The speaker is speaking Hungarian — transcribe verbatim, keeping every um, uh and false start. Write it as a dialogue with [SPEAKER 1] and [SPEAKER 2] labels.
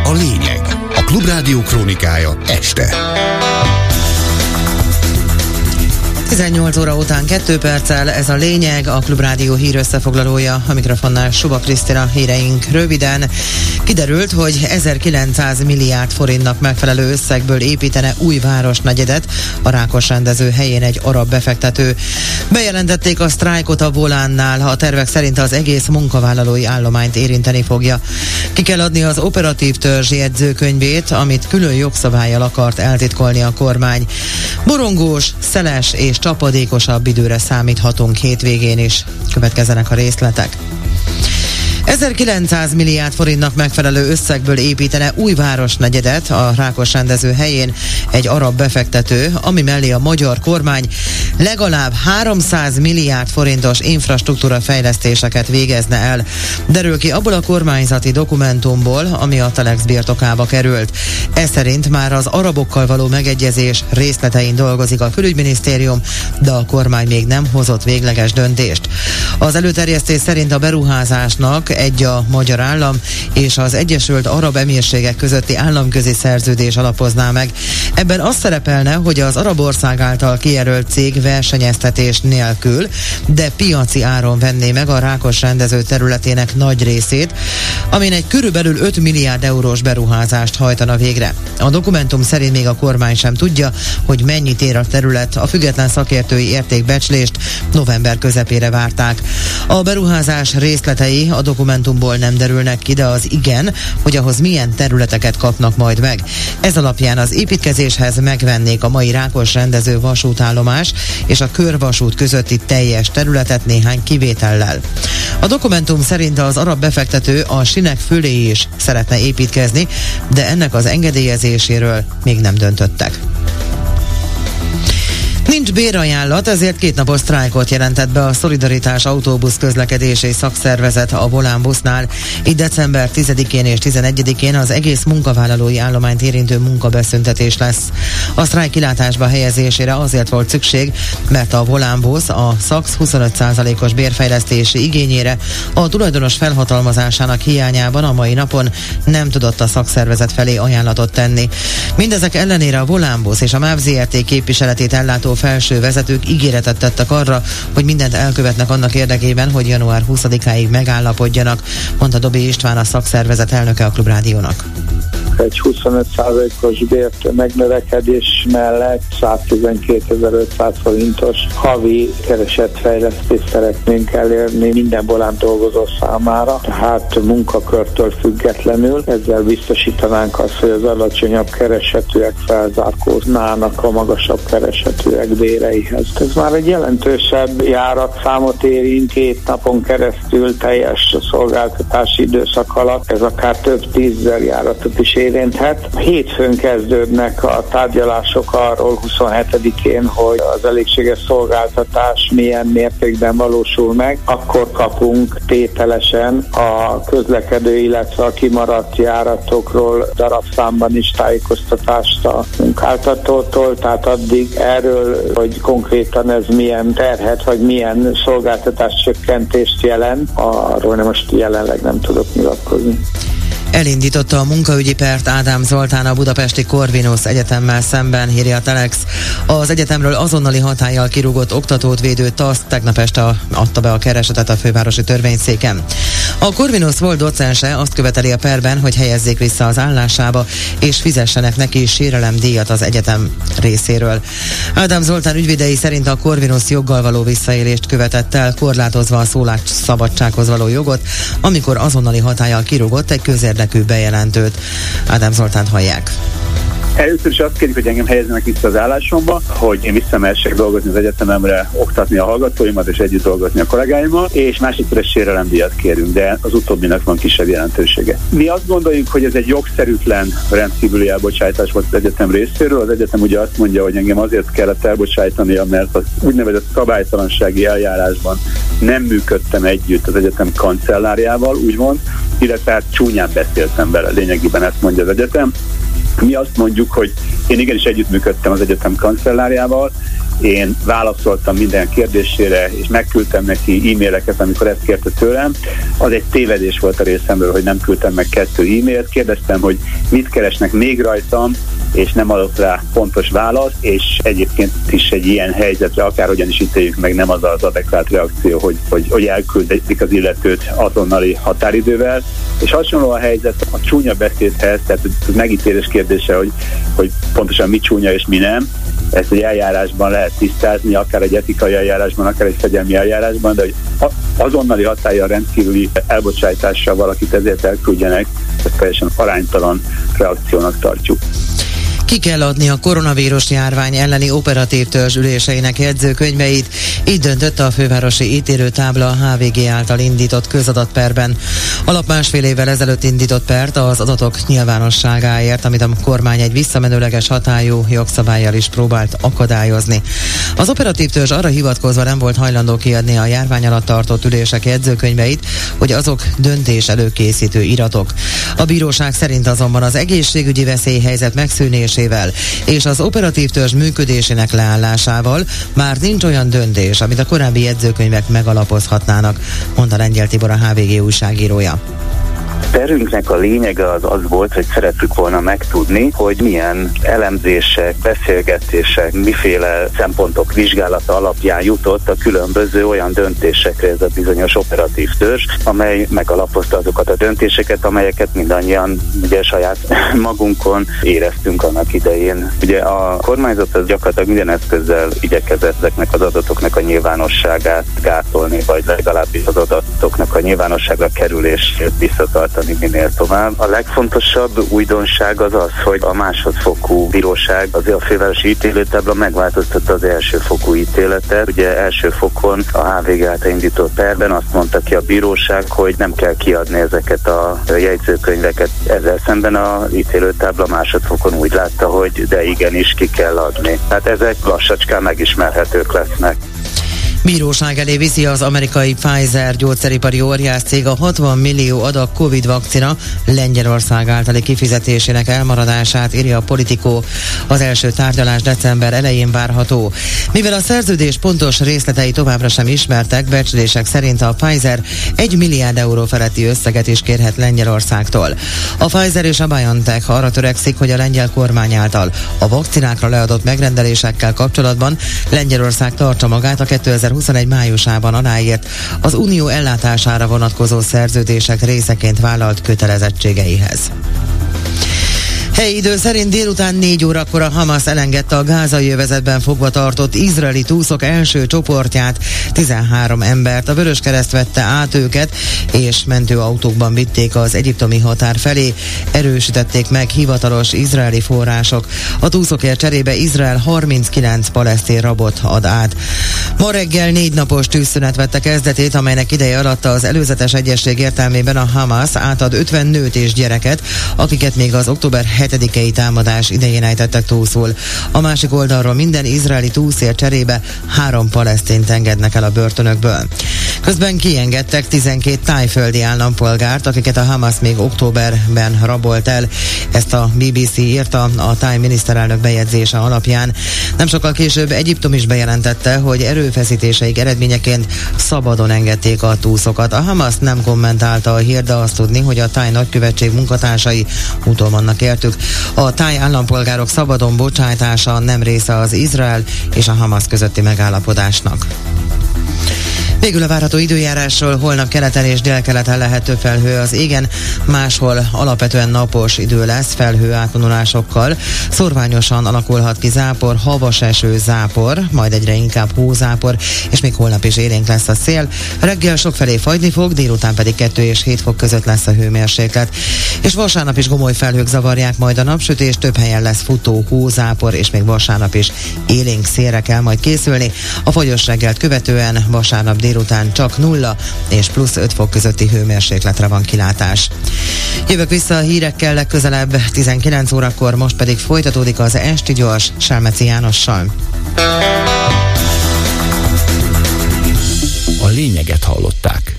[SPEAKER 1] a lényeg. A Klubrádió krónikája este.
[SPEAKER 2] tizennyolc óra után kettő perccel, ez a lényeg, a Klubrádió hír összefoglalója, a mikrofonnál Suba Krisztina. Híreink röviden. Kiderült, hogy ezerkilencszáz milliárd forintnak megfelelő összegből építene új városnegyedet a Rákosrendező helyén egy arab befektető. Bejelentették a sztrájkot a Volánnál, a tervek szerint az egész munkavállalói állományt érinteni fogja. Ki kell adni az operatív törzs jegyzőkönyvét, amit külön jogszabállyal akart eltitkolni a kormány. Borongós, szeles és csapadékosabb időre számíthatunk hétvégén is. Következzenek a részletek. ezerkilencszáz milliárd forintnak megfelelő összegből építene új városnegyedet a Rákosrendező helyén egy arab befektető, ami mellé a magyar kormány legalább háromszáz milliárd forintos infrastruktúra fejlesztéseket végezne el. Derül ki abból a kormányzati dokumentumból, ami a Telex birtokába került. Ez szerint már az arabokkal való megegyezés részletein dolgozik a külügyminisztérium, de a kormány még nem hozott végleges döntést. Az előterjesztés szerint a beruházásnak egy a magyar állam és az Egyesült Arab Emírségek közötti államközi szerződés alapozná meg. Ebben az szerepelne, hogy az arab ország által kijelölt cég versenyeztetés nélkül, de piaci áron venné meg a Rákosrendező területének nagy részét, amin egy körülbelül öt milliárd eurós beruházást hajtana végre. A dokumentum szerint még a kormány sem tudja, hogy mennyit ér a terület. A független szakértői értékbecslést november közepére várták. A beruházás részletei a dokumentumból nem derülnek ki, de az igen, hogy ahhoz milyen területeket kapnak majd meg. Ez alapján az építkezéshez megvennék a mai Rákosrendező vasútállomás és a körvasút közötti teljes területet néhány kivétellel. A dokumentum szerint az arab befektető a sinek fölé is szeretne építkezni, de ennek az engedélyezéséről még nem döntöttek. Nincs bérajánlat, ezért kétnapos sztrájkot jelentett be a Szolidaritás autóbusz közlekedési szakszervezet a Volán busznál. Így december tizedikén és tizenegyedikén az egész munkavállalói állományt érintő munkabeszüntetés lesz. A sztrájk kilátásba helyezésére azért volt szükség, mert a Volán busz a SZAX huszonöt százalékos bérfejlesztési igényére a tulajdonos felhatalmazásának hiányában a mai napon nem tudott a szakszervezet felé ajánlatot tenni. Mindezek ellenére a Volán busz és a MÁV zé er té képviseletét ellátó felső vezetők ígéretet tettek arra, hogy mindent elkövetnek annak érdekében, hogy január huszadikáig megállapodjanak, mondta Dobi István, a szakszervezet elnöke a Klubrádiónak.
[SPEAKER 3] Egy huszonöt százalékos bért megnövekedés mellett száztizenkétezer-ötszáz forintos havi keresetfejlesztést szeretnénk elérni minden Volán dolgozó számára, tehát munkakörtől függetlenül. Ezzel biztosítanánk azt, hogy az alacsonyabb keresetűek felzárkóznának a magasabb keresetűek béreihez. Ez már egy jelentősebb járatszámot érint, két napon keresztül teljes szolgáltatási időszak alatt, ez akár több tízezer járatot is érinthet. Hétfőn kezdődnek a tárgyalások arról huszonhetedikén, hogy az elégséges szolgáltatás milyen mértékben valósul meg. Akkor kapunk tételesen a közlekedő, illetve a kimaradt járatokról darabszámban is tájékoztatást a munkáltatótól, tehát addig erről, hogy konkrétan ez milyen terhet, vagy milyen szolgáltatás csökkentést jelent, arról most jelenleg nem tudok nyilatkozni.
[SPEAKER 2] Elindította a munkaügyi pert Ádám Zoltán a budapesti Corvinus Egyetemmel szemben, írja a Telex. Az egyetemről azonnali hatállyal kirúgott oktatót védő TASZ tegnap este adta be a keresetet a fővárosi törvényszéken. A Corvinus volt docense azt követeli a perben, hogy helyezzék vissza az állásába, és fizessenek neki sérelemdíjat az egyetem részéről. Ádám Zoltán ügyvédei szerint a Corvinus joggal való visszaélést követett el, korlátozva a szólásszabadsághoz való jogot, amikor azonnali hatállyal kirúgott egy közérdekű bejelentőt. Ádám Zoltánt hallják.
[SPEAKER 4] Először is azt kérjük, hogy engem helyezzenek vissza az állásomba, hogy én visszamehessek dolgozni az egyetememre, oktatni a hallgatóimat és együtt dolgozni a kollégáimmal, és másodszor egy sérelemdíjat kérünk, de az utóbbinak van kisebb jelentősége. Mi azt gondoljuk, hogy ez egy jogszerűtlen rendkívüli elbocsájtás volt az egyetem részéről. Az egyetem ugye azt mondja, hogy engem azért kellett elbocsájtania, mert az úgynevezett szabálytalansági eljárásban nem működtem együtt az egyetem kancellárjával, úgymond, illetve hát csúnyán beszéltem vele, lényegében ezt mondja az egyetem. Mi azt mondjuk, hogy én igenis együttműködtem az egyetem kancelláriával, én válaszoltam minden kérdésére, és megküldtem neki e-maileket, amikor ezt kérte tőlem. Az egy tévedés volt a részemről, hogy nem küldtem meg kettő e-mailt. Kérdeztem, hogy mit keresnek még rajtam, és nem adott rá pontos választ, és egyébként is egy ilyen helyzetre, akárhogyan is ítéljük meg, nem az az adekvát reakció, hogy, hogy, hogy elküldik az illetőt azonnali határidővel. És hasonló a helyzet a csúnya beszédhez, tehát a megítélés kérdése, hogy, hogy pontosan mi csúnya és mi nem. Ezt egy eljárásban lehet tisztázni, akár egy etikai eljárásban, akár egy fegyelmi eljárásban, de hogy azonnali hatállyal rendkívüli elbocsájtással valakit ezért elküldjenek, ezt teljesen aránytalan reakciónak tartjuk.
[SPEAKER 2] Ki kell adni a koronavírus járvány elleni operatív törzs üléseinek jegyzőkönyveit, így döntött a fővárosi ítélőtábla a há vé gé által indított közadatperben. Alap másfél évvel ezelőtt indított pert az adatok nyilvánosságáért, amit a kormány egy visszamenőleges hatályú jogszabállyal is próbált akadályozni. Az operatív törzs arra hivatkozva nem volt hajlandó kiadni a járvány alatt tartott ülések jegyzőkönyveit, hogy azok döntés előkészítő iratok. A bíróság szerint azonban az egészségügyi veszélyhelyzet megszűnésével és az operatív törzs működésének leállásával már nincs olyan döntés, amit a korábbi jegyzőkönyvek megalapozhatnának, mondta Lengyel Tibor, a há vé gé újságírója.
[SPEAKER 5] Terünknek a lényege az az volt, hogy szerettük volna megtudni, hogy milyen elemzések, beszélgetések, miféle szempontok vizsgálata alapján jutott a különböző olyan döntésekre ez a bizonyos operatív törzs, amely megalapozta azokat a döntéseket, amelyeket mindannyian ugye saját magunkon éreztünk annak idején. Ugye a kormányzat az gyakorlatilag minden eszközzel igyekezett ezeknek az adatoknak a nyilvánosságát gátolni, vagy legalábbis az adatoknak a nyilvánosságra kerülését visszatartani minél tovább. A legfontosabb újdonság az az, hogy a másodfokú bíróság, azért a fővárosi ítélőtábla megváltoztatta az elsőfokú ítéletet. Ugye első fokon a há vé gé által indított perben azt mondta ki a bíróság, hogy nem kell kiadni ezeket a jegyzőkönyveket. Ezzel szemben a ítélőtábla másodfokon úgy látta, hogy de igenis ki kell adni. Hát ezek lassacskán megismerhetők lesznek.
[SPEAKER 2] Bíróság elé viszi az amerikai Pfizer gyógyszeripari óriáscég a hatvan millió adag Covid vakcina Lengyelország általi kifizetésének elmaradását, írja a Politico. Az első tárgyalás december elején várható. Mivel a szerződés pontos részletei továbbra sem ismertek, becslések szerint a Pfizer egy milliárd euró feletti összeget is kérhet Lengyelországtól. A Pfizer és a BioNTech arra törekszik, hogy a lengyel kormány által a vakcinákra leadott megrendelésekkel kapcsolatban Lengyelország tartsa magát a kétezer-huszonegy májusában aláírt az unió ellátására vonatkozó szerződések részeként vállalt kötelezettségeihez. Helyi idő szerint délután négy órakor a Hamas elengedte a gázai övezetben fogva tartott izraeli túszok első csoportját, tizenhárom embert. A Vöröskereszt vette át őket, és mentőautókban vitték az egyiptomi határ felé. Erősítették meg hivatalos izraeli források. A túszokért cserébe Izrael harminckilenc palesztin rabot ad át. Ma reggel négy napos tűzszünet vette kezdetét, amelynek ideje alatt az előzetes egyezség értelmében a Hamas átad ötven nőt és gyereket, akiket még az október hetedikei támadás idején ejtettek túlszul. A másik oldalról minden izraeli túszért cserébe három palesztint engednek el a börtönökből. Közben kiengedtek tizenkét tájföldi állampolgárt, akiket a Hamas még októberben rabolt el. Ezt a bé bé cé írta a táj miniszterelnök bejegyzése alapján. Nem sokkal később Egyiptom is bejelentette, hogy erőfeszítéseik eredményeként szabadon engedték a túszokat. A Hamas nem kommentálta a hír, de azt tudni, hogy a táj nagykövetség munkatársai úton vannak értük. A táj állampolgárok szabadon bocsájtása nem része az Izrael és a Hamas közötti megállapodásnak. Végül a várható időjárásról: holnap keleten és délkeleten lehet több felhő az égen, máshol alapvetően napos idő lesz felhő átvonulásokkal. Szorványosan alakulhat ki zápor, havas eső, zápor, majd egyre inkább hózápor, és még holnap is élénk lesz a szél. Reggel sokfelé fagyni fog, délután pedig kettő és hét fok között lesz a hőmérséklet. És vasárnap is gomoly felhők zavarják majd a napsütés, több helyen lesz futó hózápor, és még vasárnap is élénk szélre kell majd készülni. A fagyos reggelt követően vasárnap délután csak nulla és plusz öt fok közötti hőmérsékletre van kilátás. Jövök vissza a hírekkel legközelebb tizenkilenc órakor, most pedig folytatódik az Esti Gyors Selmeci Jánossal.
[SPEAKER 1] A lényeget hallották.